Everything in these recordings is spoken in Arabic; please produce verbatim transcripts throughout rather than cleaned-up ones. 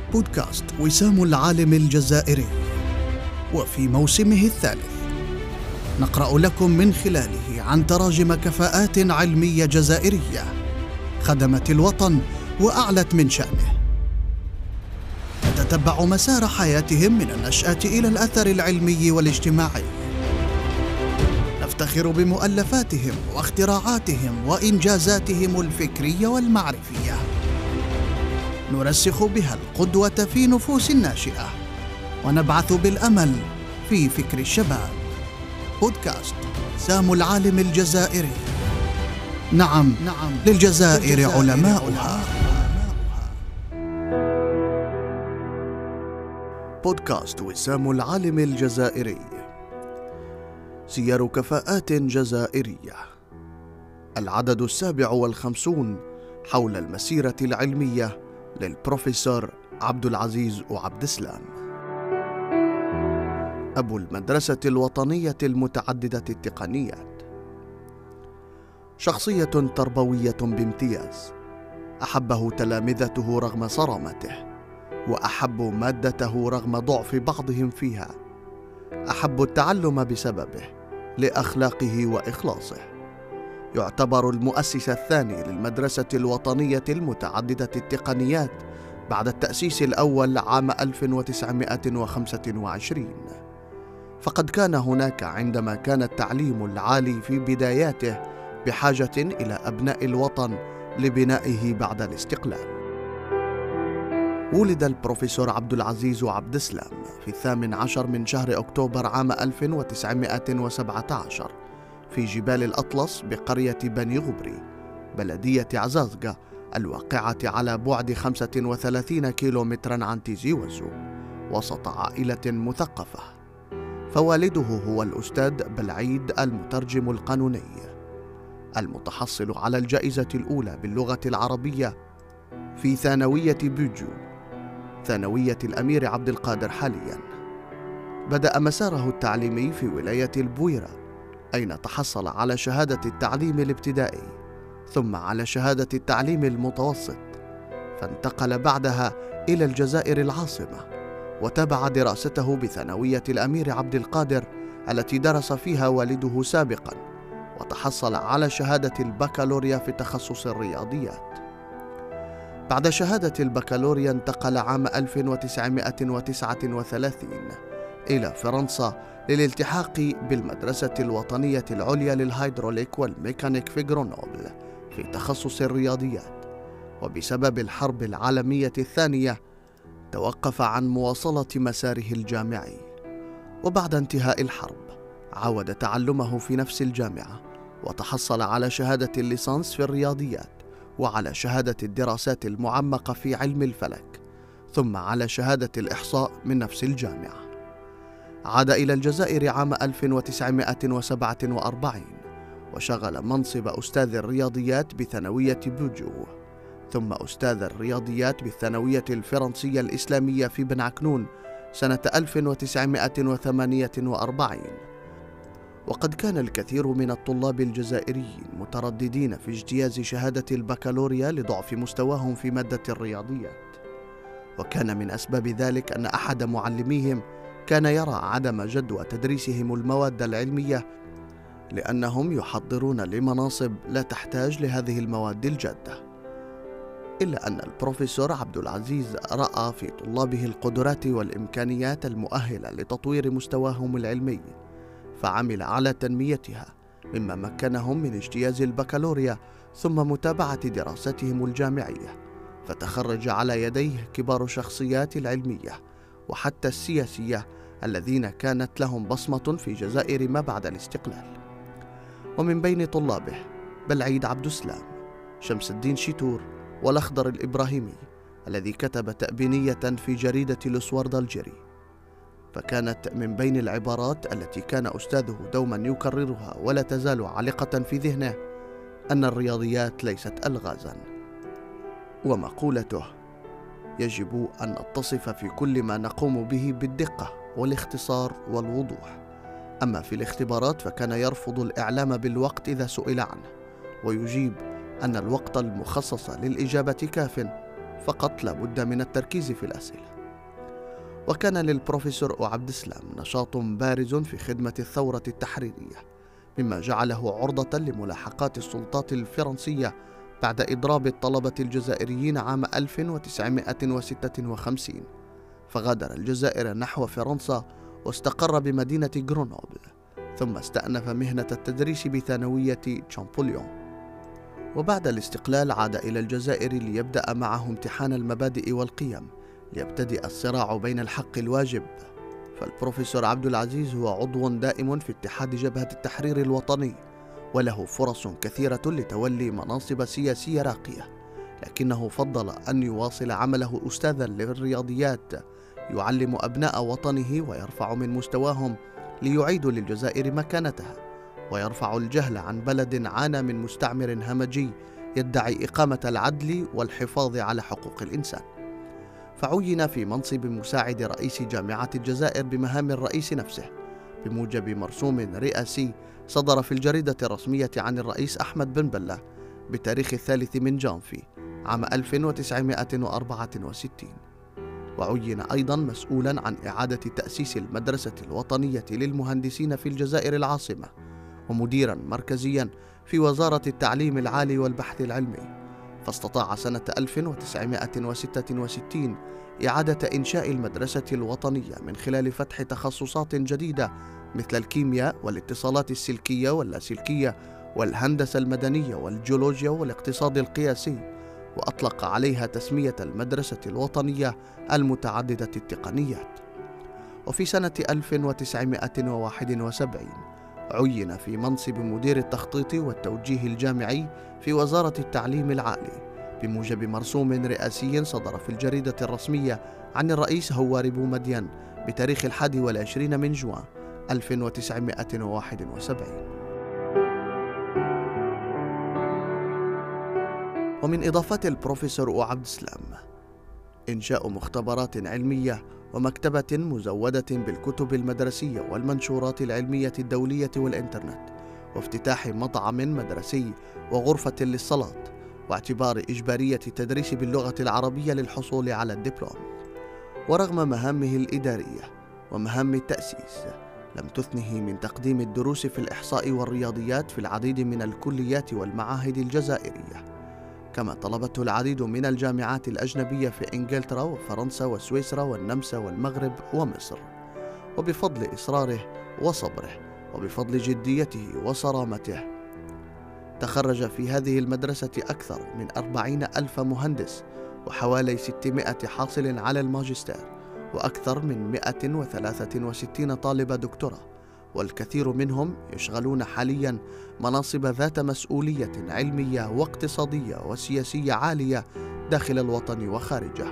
بودكاست وسام العالم الجزائري، وفي موسمه الثالث نقرأ لكم من خلاله عن تراجم كفاءات علمية جزائرية خدمت الوطن وأعلت من شأنه. نتتبع مسار حياتهم من النشأة إلى الأثر العلمي والاجتماعي. نفتخر بمؤلفاتهم واختراعاتهم وإنجازاتهم الفكرية والمعرفية، نرسخ بها القدوة في نفوس الناشئة ونبعث بالأمل في فكر الشباب. بودكاست سام العالم الجزائري. نعم نعم للجزائر, للجزائر علماؤها. بودكاست وسام العالم الجزائري، سير كفاءات جزائرية، العدد السابع والخمسون حول المسيرة العلمية للبروفيسور عبد العزيز وعبد السلام، أبو المدرسة الوطنية المتعددة التقنيات. شخصية تربوية بامتياز، أحبه تلامذته رغم صرامته، وأحبوا مادته رغم ضعف بعضهم فيها. أحبوا التعلم بسببه لأخلاقه وإخلاصه. يعتبر المؤسس الثاني للمدرسة الوطنية المتعددة التقنيات بعد التأسيس الأول عام ألف وتسعمائة وخمسة وعشرين، فقد كان هناك عندما كان التعليم العالي في بداياته بحاجة إلى أبناء الوطن لبنائه بعد الاستقلال. ولد البروفيسور عبد العزيز وعبد السلام في الثامن عشر من شهر أكتوبر عام ألف وتسعمائة وسبعة عشر في جبال الأطلس بقرية بني غبري بلدية عزازقة الواقعة على بعد خمسة وثلاثين كيلومترا عن تيزي وزو، وسط عائلة مثقفة. فوالده هو الأستاذ بلعيد المترجم القانوني المتحصل على الجائزة الأولى باللغة العربية في ثانوية بوجو، ثانوية الأمير عبد القادر حاليا. بدأ مساره التعليمي في ولاية البويرة، أين تحصل على شهادة التعليم الابتدائي ثم على شهادة التعليم المتوسط، فانتقل بعدها إلى الجزائر العاصمة وتابع دراسته بثانوية الأمير عبد القادر التي درس فيها والده سابقا، وتحصل على شهادة البكالوريا في تخصص الرياضيات. بعد شهادة البكالوريا انتقل عام ألف وتسعمائة وتسعة وثلاثين إلى فرنسا للالتحاق بالمدرسة الوطنية العليا للهيدروليك والميكانيك في غرونوبل في تخصص الرياضيات، وبسبب الحرب العالمية الثانية توقف عن مواصلة مساره الجامعي. وبعد انتهاء الحرب عاود تعلمه في نفس الجامعة وتحصل على شهادة الليسانس في الرياضيات وعلى شهادة الدراسات المعمقة في علم الفلك ثم على شهادة الإحصاء من نفس الجامعة. عاد إلى الجزائر عام ألف وتسعمائة وسبعة وأربعين وشغل منصب أستاذ الرياضيات بثانوية بوجو، ثم أستاذ الرياضيات بالثانوية الفرنسية الإسلامية في بن عكنون سنة ألف وتسعمائة وثمانية وأربعين. وقد كان الكثير من الطلاب الجزائريين مترددين في اجتياز شهادة البكالوريا لضعف مستواهم في مادة الرياضيات، وكان من أسباب ذلك أن أحد معلميهم كان يرى عدم جدوى تدريسهم المواد العلمية لأنهم يحضرون لمناصب لا تحتاج لهذه المواد الجادة. إلا أن البروفيسور عبد العزيز رأى في طلابه القدرات والإمكانيات المؤهلة لتطوير مستواهم العلمي، فعمل على تنميتها، مما مكنهم من اجتياز البكالوريا ثم متابعة دراستهم الجامعية، فتخرج على يديه كبار الشخصيات العلمية وحتى السياسية الذين كانت لهم بصمة في الجزائر ما بعد الاستقلال. ومن بين طلابه بلعيد عبد السلام، شمس الدين شيتور، والأخضر الإبراهيمي الذي كتب تأبينية في جريدة الأسورد الجيري. فكانت من بين العبارات التي كان أستاذه دوما يكررها ولا تزال عالقة في ذهنه أن الرياضيات ليست ألغازا، ومقولته: يجب أن نتصف في كل ما نقوم به بالدقة والاختصار والوضوح، أما في الاختبارات فكان يرفض الإعلام بالوقت إذا سئل عنه، ويجيب أن الوقت المخصص للإجابة كاف، فقط لا بد من التركيز في الأسئلة. وكان للبروفيسور عبد السلام نشاط بارز في خدمة الثورة التحريرية، مما جعله عرضة لملاحقات السلطات الفرنسية بعد إضراب الطلبة الجزائريين عام ألف وتسعمائة وستة وخمسين، فغادر الجزائر نحو فرنسا واستقر بمدينة غرونوبل، ثم استأنف مهنة التدريس بثانوية شامبوليون. وبعد الاستقلال عاد إلى الجزائر ليبدأ معه امتحان المبادئ والقيم، ليبتدئ الصراع بين الحق الواجب. فالبروفيسور عبد العزيز هو عضو دائم في اتحاد جبهة التحرير الوطني، وله فرص كثيرة لتولي مناصب سياسية راقية، لكنه فضل أن يواصل عمله أستاذا للرياضيات، يعلم أبناء وطنه ويرفع من مستواهم ليعيد للجزائر مكانتها، ويرفع الجهل عن بلد عانى من مستعمر همجي يدعي إقامة العدل والحفاظ على حقوق الإنسان. فعين في منصب مساعد رئيس جامعة الجزائر بمهام الرئيس نفسه، بموجب مرسوم رئاسي صدر في الجريدة الرسمية عن الرئيس أحمد بن بلة بتاريخ الثالث من جانفي عام ألف وتسعمائة وأربعة وستين. وعين أيضا مسؤولا عن إعادة تأسيس المدرسة الوطنية للمهندسين في الجزائر العاصمة، ومديرا مركزيا في وزارة التعليم العالي والبحث العلمي. فاستطاع سنة ألف وتسعمائة وستة وستين إعادة إنشاء المدرسة الوطنية من خلال فتح تخصصات جديدة مثل الكيمياء والاتصالات السلكية واللاسلكية والهندسة المدنية والجيولوجيا والاقتصاد القياسي، وأطلق عليها تسمية المدرسة الوطنية المتعددة التقنيات. وفي سنة ألف وتسعمائة وواحد وسبعين عين في منصب مدير التخطيط والتوجيه الجامعي في وزارة التعليم العالي، بموجب مرسوم رئاسي صدر في الجريدة الرسمية عن الرئيس هواري بومدين بتاريخ الحادي والعشرين من جوان ألف وتسعمائة وواحد وسبعين. ومن إضافات البروفيسور عبد السلام إنشاء مختبرات علمية ومكتبة مزودة بالكتب المدرسية والمنشورات العلمية الدولية والإنترنت، وافتتاح مطعم مدرسي وغرفة للصلاة، واعتبار إجبارية التدريس باللغة العربية للحصول على الدبلوم. ورغم مهامه الإدارية ومهام التأسيس، لم تثنه من تقديم الدروس في الإحصاء والرياضيات في العديد من الكليات والمعاهد الجزائرية، كما طلبته العديد من الجامعات الأجنبية في إنجلترا وفرنسا وسويسرا والنمسا والمغرب ومصر. وبفضل إصراره وصبره وبفضل جديته وصرامته، تخرج في هذه المدرسة أكثر من أربعين ألف مهندس، وحوالي ستمائة حاصل على الماجستير، وأكثر من مائة وثلاثة وستين طالب دكتوراه، والكثير منهم يشغلون حاليا مناصب ذات مسؤولية علمية واقتصادية وسياسية عالية داخل الوطن وخارجه.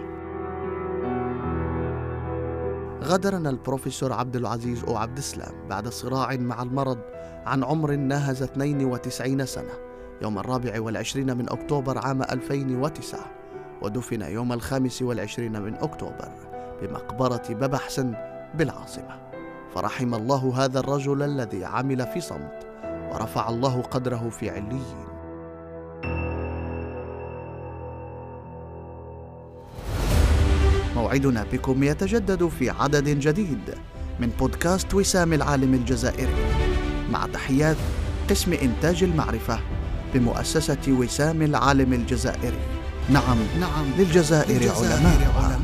غادرنا البروفيسور عبد العزيز أو عبد السلام بعد صراع مع المرض عن عمر ناهز اثنين وتسعين سنة يوم الرابع والعشرين من أكتوبر عام ألفين وتسعة، ودفن يوم الخامس والعشرين من أكتوبر بمقبرة بابا حسن بالعاصمة. فرحم الله هذا الرجل الذي عمل في صمت، ورفع الله قدره في عليين. موعدنا بكم يتجدد في عدد جديد من بودكاست وسام العالم الجزائري، مع تحيات قسم إنتاج المعرفة بمؤسسة وسام العالم الجزائري. نعم نعم للجزائر علماء.